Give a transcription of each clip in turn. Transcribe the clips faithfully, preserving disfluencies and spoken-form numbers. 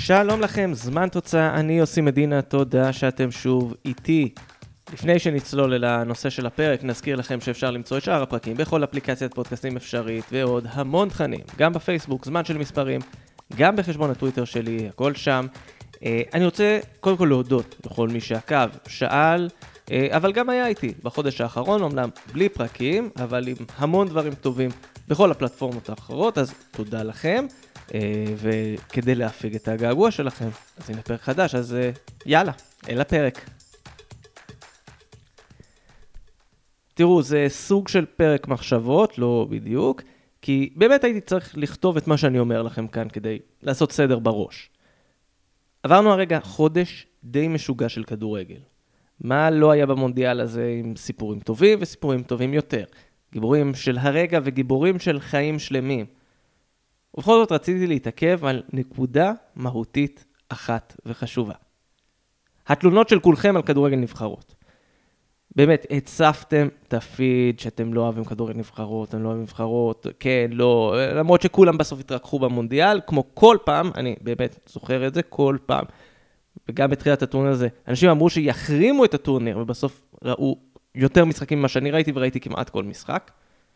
שלום לכם, זמן תוצאה, אני יוסי מדינה, תודה שאתם שוב איתי. לפני שנצלול אל הנושא של הפרק, נזכיר לכם שאפשר למצוא את שאר הפרקים בכל אפליקציית פודקאסטים אפשרית ועוד המון תכנים, גם בפייסבוק, זמן של מספרים, גם בחשבון הטוויטר שלי, הכל שם. אני רוצה קודם כל להודות לכל מי שעקב, שאל, אבל גם היה איתי בחודש האחרון, אומנם בלי פרקים, אבל עם המון דברים טובים בכל הפלטפורמות האחרות, אז תודה לכם. וכדי להפיג את הגעגוע שלכם, אז הנה פרק חדש, אז יאללה, אל הפרק. תראו, זה סוג של פרק מחשבות, לא בדיוק, כי באמת הייתי צריך לכתוב את מה שאני אומר לכם כאן כדי לעשות סדר בראש. עברנו הרגע חודש די משוגע של כדורגל. מה לא היה במונדיאל הזה עם סיפורים טובים וסיפורים טובים יותר? גיבורים של הרגע וגיבורים של חיים שלמים. ובכל זאת רציתי להתעכב על נקודה מהותית אחת וחשובה. התלונות של כולכם על כדורגל נבחרות. באמת, הצפתם את הפיד שאתם לא אוהבים כדורגל נבחרות, אתם לא אוהבים נבחרות, כן, לא, למרות שכולם בסוף התרככו במונדיאל, כמו כל פעם, אני באמת זוכר את זה כל פעם, וגם בתחילת הטורניר הזה, אנשים אמרו שיחרימו את הטורניר, ובסוף ראו יותר משחקים ממה שאני ראיתי, וראיתי כמעט כל משחק.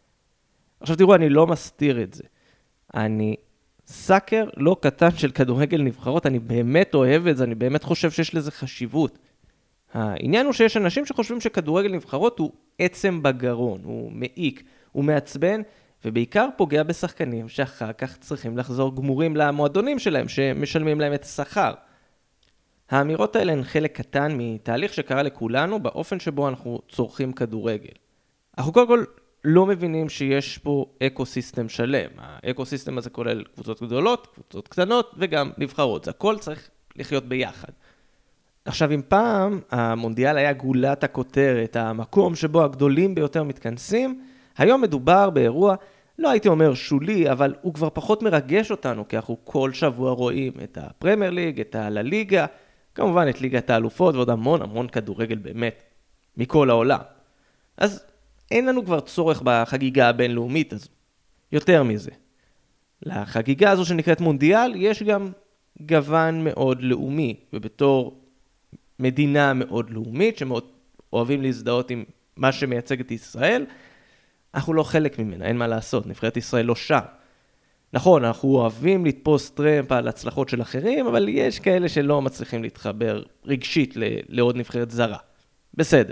עכשיו תראו, אני לא מסתיר את זה. אני סאקר לא קטן של כדורגל נבחרות, אני באמת אוהב את זה, אני באמת חושב שיש לזה חשיבות. העניין הוא שיש אנשים שחושבים שכדורגל נבחרות הוא עצם בגרון, הוא מעיק, הוא מעצבן, ובעיקר פוגע בשחקנים שאחר כך צריכים לחזור גמורים למועדונים שלהם, שמשלמים להם את השכר. האמירות האלה הן חלק קטן מתהליך שקרה לכולנו באופן שבו אנחנו צורכים כדורגל. אנחנו קודם כל לא מבינים שיש פה אקוסיסטם שלם. האקוסיסטם הזה כולל קבוצות גדולות, קבוצות קטנות וגם נבחרות. זה הכל צריך לחיות ביחד. עכשיו, אם פעם המונדיאל היה גולת הכותרת, המקום שבו הגדולים ביותר מתכנסים, היום מדובר באירוע, לא הייתי אומר שולי, אבל הוא כבר פחות מרגש אותנו, כי אנחנו כל שבוע רואים את הפרמייר ליג, את הליגה, כמובן את ליגת האלופות ועוד המון המון כדורגל באמת מכל העולם. אז אין לנו כבר צורך בחגיגה הבינלאומית הזו. יותר מזה. לחגיגה הזו שנקראת מונדיאל יש גם גוון מאוד לאומי, ובתור מדינה מאוד לאומית, שמאוד אוהבים להזדהות עם מה שמייצג את ישראל, אנחנו לא חלק ממנה, אין מה לעשות, נבחרת ישראל לא שם. נכון, אנחנו אוהבים לתפוס טרמפ על הצלחות של אחרים, אבל יש כאלה שלא מצליחים להתחבר רגשית לעוד נבחרת זרה. בסדר.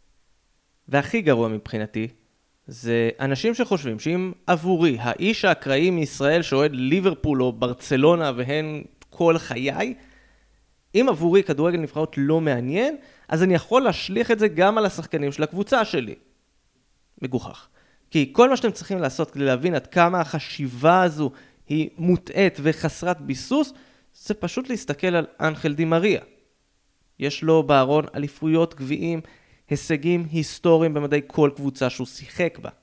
והכי גרוע מבחינתי, זה אנשים שחושבים שאם עבורי, האיש האקראי מישראל שאוהד ליברפול או ברצלונה והן כל חיי, אם עבורי כדורגל נבחרות לא מעניין, אז אני יכול להשליך את זה גם על השחקנים של הקבוצה שלי. מגוחך. כי כל מה שאתם צריכים לעשות כדי להבין עד כמה החשיבה הזו היא מוטעת וחסרת ביסוס, זה פשוט להסתכל על אנחל די מריה. יש לו בארון אליפויות גביעים, הישגים היסטוריים במדי כל קבוצה שהוא שיחק בה.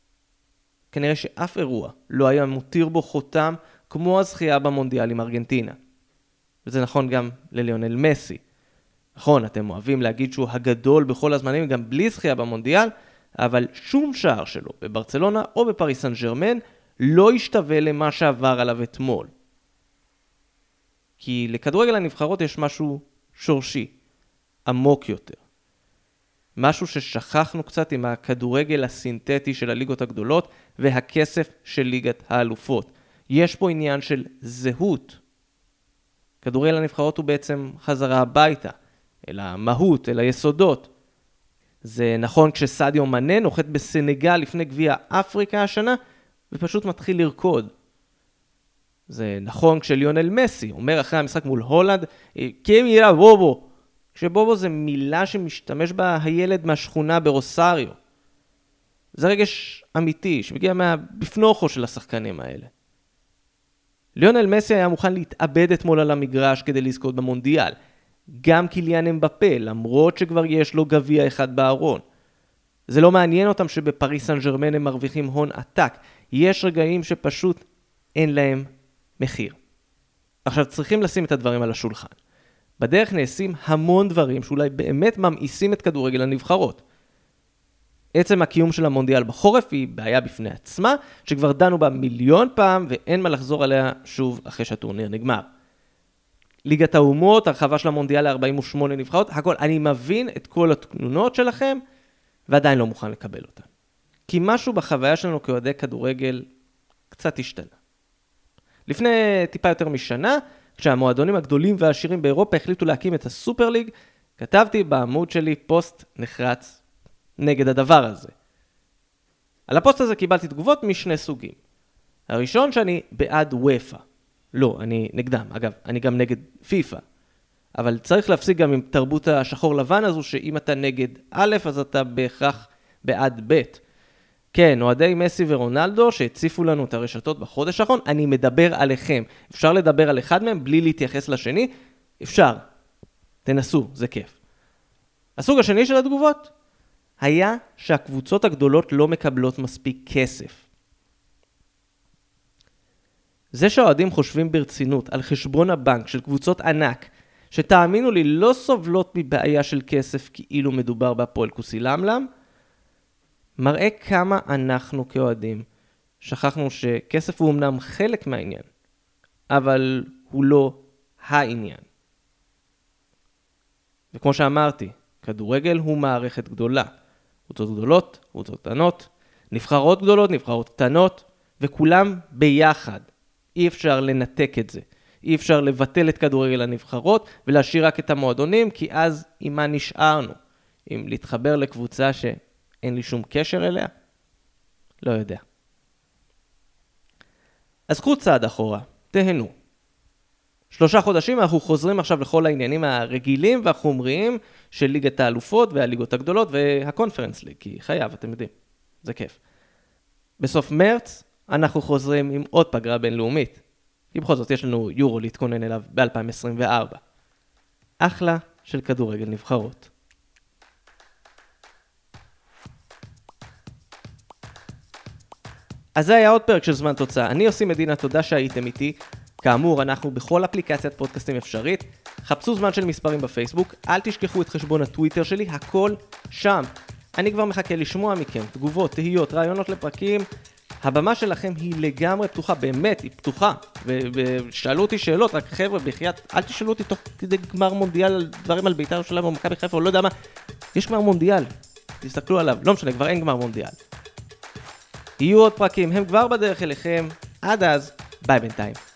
כנראה שאף אירוע לא היה מותיר בו חותם כמו הזכייה במונדיאל עם ארגנטינה. וזה נכון גם לליונל מסי. נכון, אתם אוהבים להגיד שהוא הגדול בכל הזמנים גם בלי זכייה במונדיאל, אבל שום שער שלו בברצלונה או בפריס סן ז'רמן לא ישתווה למה שעבר עליו אתמול. כי לכדורגל הנבחרות יש משהו שורשי, עמוק יותר. משהו ששכחנו קצת עם הכדורגל הסינתטי של הליגות הגדולות והכסף של ליגת האלופות. יש פה עניין של זהות. כדורגל הנבחרות הוא בעצם חזרה הביתה, אל המהות, אל היסודות. זה נכון כשסדיו מנה נוחת בסנגל לפני גביע אפריקה השנה, ופשוט מתחיל לרקוד. זה נכון כשליונל מסי אומר אחרי המשחק מול הולנד, קים ירה בובו, כשבובו זה מילה שמשתמש בה הילד מהשכונה ברוסריו. זה רגש אמיתי שמגיע מהבפנוכו של השחקנים האלה. ליונל מסי היה מוכן להתאבד אתמול על המגרש כדי לזכות במונדיאל. גם קיליאן אמבפה, למרות שכבר יש לו גביע אחד בארון. זה לא מעניין אותם שבפריס סן ז'רמן הם מרוויחים הון עתק. יש רגעים שפשוט אין להם מחיר. עכשיו צריכים לשים את הדברים על השולחן. בדרך נעשים המון דברים שאולי באמת ממאיסים את כדורגל הנבחרות. עצם הקיום של המונדיאל בחורף היא בעיה בפני עצמה, שכבר דנו בה מיליון פעם ואין מה לחזור עליה שוב אחרי שהטורניר נגמר. ליגת האומות, הרחבה של המונדיאל ל-ארבעים ושמונה נבחרות, הכל. אני מבין את כל התלונות שלכם, ועדיין לא מוכן לקבל אותן. כי משהו בחוויה שלנו כאוהדי כדורגל קצת השתנה. לפני טיפה יותר משנה, כשהמועדונים הגדולים והעשירים באירופה החליטו להקים את הסופר ליג, כתבתי בעמוד שלי פוסט נחרץ נגד הדבר הזה. על הפוסט הזה קיבלתי תגובות משני סוגים. הראשון שאני בעד וופא. לא, אני נגדם. אגב, אני גם נגד פיפא. אבל צריך להפסיק גם עם תרבות השחור לבן הזו, שאם אתה נגד א', אז אתה בהכרח בעד ב'. כן, אוהדי מסי ורונלדו שהציפו לנו את הרשתות בחודש האחרון, אני מדבר עליכם. אפשר לדבר על אחד מהם בלי להתייחס לשני? אפשר. תנסו, זה כיף. הסוג השני של התגובות היה שהקבוצות הגדולות לא מקבלות מספיק כסף. זה שהאוהדים חושבים ברצינות על חשבון הבנק של קבוצות ענק, שתאמינו לי לא סובלות מבעיה של כסף כאילו מדובר בהפועל קוסילמלם, מראה כמה אנחנו כאוהדים שכחנו שכסף הוא אמנם חלק מהעניין, אבל הוא לא העניין. וכמו שאמרתי, כדורגל הוא מערכת גדולה. קבוצות גדולות, קבוצות קטנות, נבחרות גדולות, נבחרות קטנות, וכולם ביחד. אי אפשר לנתק את זה. אי אפשר לבטל את כדורגל הנבחרות ולהשאיר רק את המועדונים, כי אז עם מה נשארנו? אם להתחבר לקבוצה שאין לי שום קשר אליה? לא יודע. אז קחו צעד אחורה, תהנו. שלושה חודשים אנחנו חוזרים עכשיו לכל העניינים הרגילים והחומריים של ליגת האלופות והליגות הגדולות והקונפרנס ליג, כי חייב, אתם יודעים, זה כיף. בסוף מרץ אנחנו חוזרים עם עוד פגרה בינלאומית, כי בכל זאת יש לנו יורו להתכונן אליו ב-אלפיים עשרים וארבע. אחלה של כדורגל נבחרות. אז זה היה עוד פרק של זמן תוצאה. אני עושה מדינה, תודה שהייתם איתי. כאמור, אנחנו בכל אפליקציית פודקאסטים אפשרית. חפשו זמן של מספרים בפייסבוק, אל תשכחו את חשבון הטוויטר שלי, הכל שם. אני כבר מחכה לשמוע מכם, תגובות, תהיות, רעיונות לפרקים. הבמה שלכם היא לגמרי פתוחה, באמת, היא פתוחה. ושאלו אותי שאלות, רק חבר'ה, בחייאת, אל תשאלו אותי תוך כדי גמר מונדיאל על דברים על בית"ר ירושלים או מכבי חיפה, או לא יודע מה. יש גמר מונדיאל, תסתכלו עליו, לא משנה, כבר אין גמר מונדיאל. יהיו עוד פרקים, הם כבר בדרך אליכם. עד אז, ביי בינתיים.